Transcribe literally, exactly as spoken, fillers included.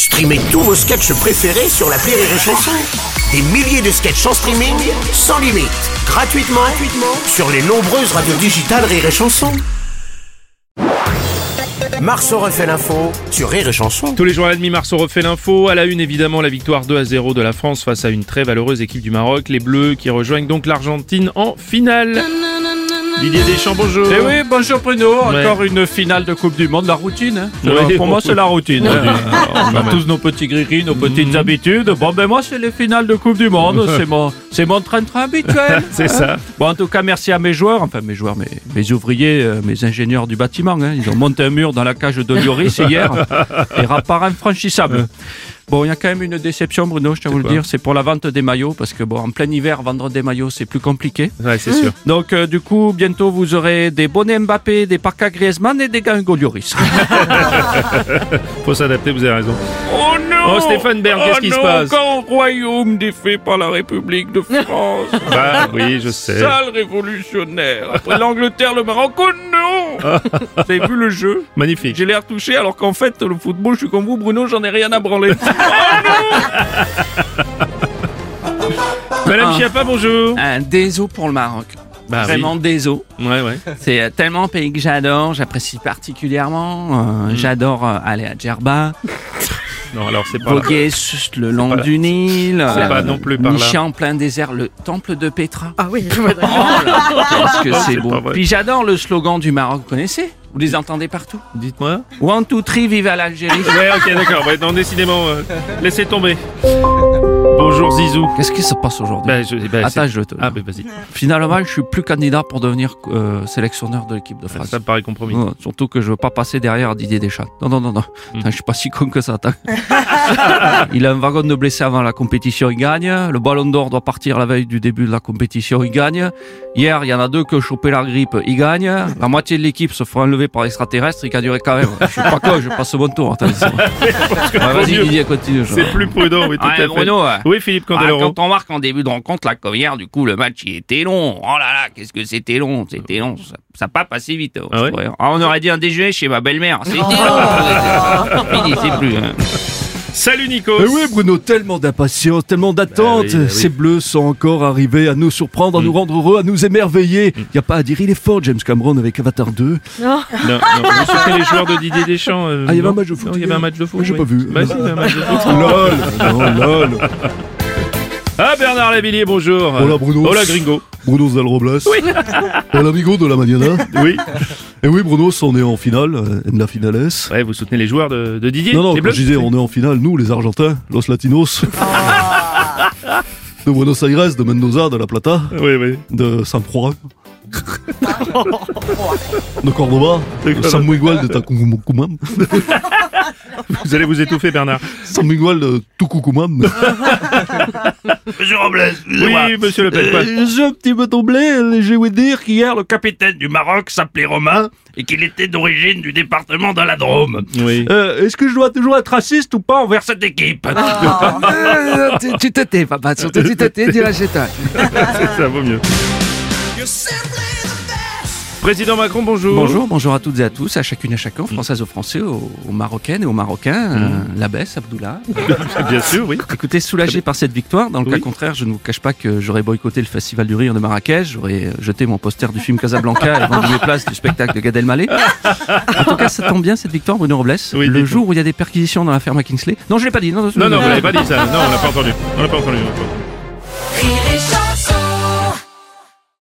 Streamez tous vos sketchs préférés sur l'appli Rire et Chanson. Des milliers de sketchs en streaming, sans limite, gratuitement, gratuitement sur les nombreuses radios digitales Rire et Chanson. Marceau refait l'info sur Rire et Chanson. Tous les jours à la demi, Marceau refait l'info. À la une, évidemment, la victoire deux à zéro de la France face à une très valeureuse équipe du Maroc. Les Bleus qui rejoignent donc l'Argentine en finale. Didier Deschamps, bonjour. Eh oui, bonjour Bruno. Ouais. Encore une finale de Coupe du Monde, la routine. Hein. Ouais, pour moi, c'est la routine. Hein. Alors, on a Ouais. tous nos petits gris nos petites habitudes. Bon, ben moi, c'est les finales de Coupe du Monde. C'est mon, c'est mon train-train habituel. C'est ça. Bon, en tout cas, merci à mes joueurs, enfin mes joueurs, mes, mes ouvriers, euh, mes ingénieurs du bâtiment. Hein. Ils ont monté un mur dans la cage de Lloris hier et rapport infranchissable. Bon, il y a quand même une déception, Bruno, je tiens à vous le quoi dire, c'est pour la vente des maillots, parce que bon, en plein hiver, vendre des maillots, c'est plus compliqué. Ouais, c'est sûr. Donc, euh, du coup, bientôt, vous aurez des bonnets Mbappé, des parkas Griezmann et des gants Lloris. Faut s'adapter, vous avez raison. Oh non Oh, Stéphane Bern, qu'est-ce qui se passe? Grand royaume défait par la République de France. Bah oui, je sais. Sale révolutionnaire. Après l'Angleterre, le Maroc, oh non. Vous avez vu le jeu? Magnifique. J'ai l'air touché alors qu'en fait, le football, je suis comme vous, Bruno, j'en ai rien à branler. Madame Ah. Chiappa, bonjour. Un déso pour le Maroc. Bah Vraiment déso. oui. Ouais, ouais. C'est euh, tellement un pays que j'adore, j'apprécie particulièrement. Euh, J'adore euh, aller à Djerba, Non, alors c'est pas là. voguer sur le long pas là. du Nil, C'est pas non plus par là. nicher en plein désert, le temple de Petra. Ah oui, je vois. Oh là, qu'est-ce que C'est c'est pas beau. vrai. Puis j'adore le slogan du Maroc, vous connaissez? Vous les entendez partout? Dites-moi. One, two, three, vive à l'Algérie. Ouais, ok, d'accord. Ouais, non, décidément, euh, laissez tomber. Bonjour Zizou. Qu'est-ce qui se passe aujourd'hui? Bah, je, bah, Attends, c'est- je te... Ah, bah vas-y. Finalement, je suis plus candidat pour devenir euh, sélectionneur de l'équipe de France. Ça me paraît compromis. Ouais, surtout que je veux pas passer derrière Didier Deschamps. Non, non, non, non. Mm. Attends, je suis pas si con que ça. Attends. Il a un wagon de blessés avant la compétition, il gagne. Le ballon d'or doit partir la veille du début de la compétition, il gagne. Hier, il y en a deux qui ont chopé la grippe, il gagne. La moitié de l'équipe se fera enlever par l'extraterrestre, il gagnerait quand même. Je suis pas con, je passe mon tour. Attends, c'est bon. Ouais, vas-y, mieux. Didier, continue. je- C'est plus prudent, oui, tout Ouais, à fait. Bruno, ouais. Oui, Philippe Ah, Candeloro. quand on marque en début de rencontre, là, comme hier, du coup, le match, il était long. Oh là là, qu'est-ce que c'était long, c'était long. Ça, ça pas passé vite. hein, Ah je ouais trouvais. Ah, on aurait dit un déjeuner chez ma belle-mère. C'était long. C'est fini, c'est plus. hein. Salut Nikos. Eh oui Bruno, tellement d'impatience, tellement d'attente. Bah oui, bah oui. Ces Bleus sont encore arrivés à nous surprendre, à nous rendre heureux, à nous émerveiller. Y a pas à dire, il est fort James Cameron avec Avatar deux. Non, non, vous soutenez les joueurs de Didier Deschamps euh, Ah, il y avait non un match de foot. Non, il y avait un match de foot. Moi, j'ai oui. pas vu. Bah si, il y avait un match de foot. Lol, non, lol. Ah, Bernard Lavillier, bonjour. Hola, Bruno. Hola Gringo. Bruno Zal Robles. Oui. El amigo de la mañana. Oui. Et oui Bruno, on est en finale, euh, en la finales. Ouais, vous soutenez les joueurs de, de Didier. Non, non, les quand Bleus. je disais on est en finale, nous les Argentins, los Latinos. De Buenos Aires, de Mendoza, de La Plata, Oui, oui. de San Juan. De Cordoba, de San Miguel de Tucumán. Vous allez vous étouffer, Bernard. San Miguel de Tucumán. Monsieur Robles, Oui, monsieur Le Pen. quoi Euh, je un petit peu tombé, je vais dire qu'hier, le capitaine du Maroc s'appelait Romain et qu'il était d'origine du département de la Drôme. Oui. Euh, Est-ce que je dois toujours être raciste ou pas envers cette équipe? Euh, tu, tu te tais, papa, surtout tu te tais, dis-la chez toi. Ça vaut mieux. Président Macron, bonjour. Bonjour, bonjour à toutes et à tous, à chacune et à chacun, françaises aux Français, aux, aux Marocaines et aux Marocains. Euh, la baisse, Abdoullah. Bien sûr, oui. Écoutez, soulagé par cette victoire, dans le Oui. cas contraire, je ne vous cache pas que j'aurais boycotté le Festival du Rire de Marrakech, j'aurais euh, jeté mon poster du film Casablanca et vendu mes places du spectacle de Gad Elmaleh. En tout cas, ça tombe bien cette victoire, Bruno Robles. Oui, le dites-moi. jour où il y a des perquisitions dans l'affaire McKinsley. Non, je l'ai pas dit. Non, Non, non, vous l'avez pas dit ça. Non, on l'a pas entendu. On l'a pas entendu. Rire et chanson.